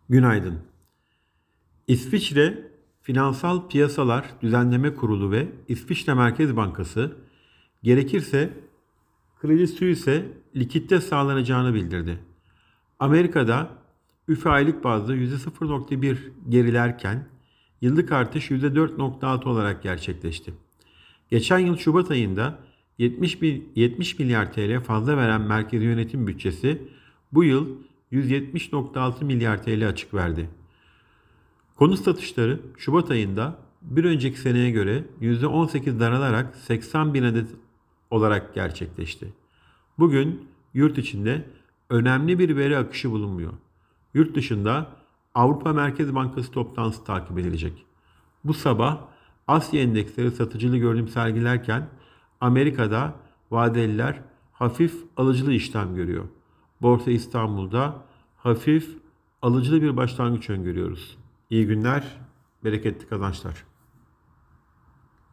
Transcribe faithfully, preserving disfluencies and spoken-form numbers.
Günaydın. İsviçre Finansal Piyasalar Düzenleme Kurulu ve İsviçre Merkez Bankası gerekirse Credit Suisse'e likitte sağlanacağını bildirdi. Amerika'da ÜFE aylık bazda yüzde sıfır nokta bir gerilerken yıllık artış yüzde dört nokta altı olarak gerçekleşti. Geçen yıl Şubat ayında yetmiş, bin, yetmiş milyar T L fazla veren merkezi yönetim bütçesi bu yıl yüz yetmiş nokta altı milyar T L açık verdi. Konut satışları Şubat ayında bir önceki seneye göre yüzde on sekiz daralarak seksen bin adet olarak gerçekleşti. Bugün yurt içinde önemli bir veri akışı bulunmuyor. Yurt dışında Avrupa Merkez Bankası toplantısı takip edilecek. Bu sabah Asya endeksleri satıcılı görünüm sergilerken Amerika'da vadeliler hafif alıcılı işlem görüyor. Borsa İstanbul'da hafif alıcılı bir başlangıç öngörüyoruz. İyi günler, bereketli kazançlar.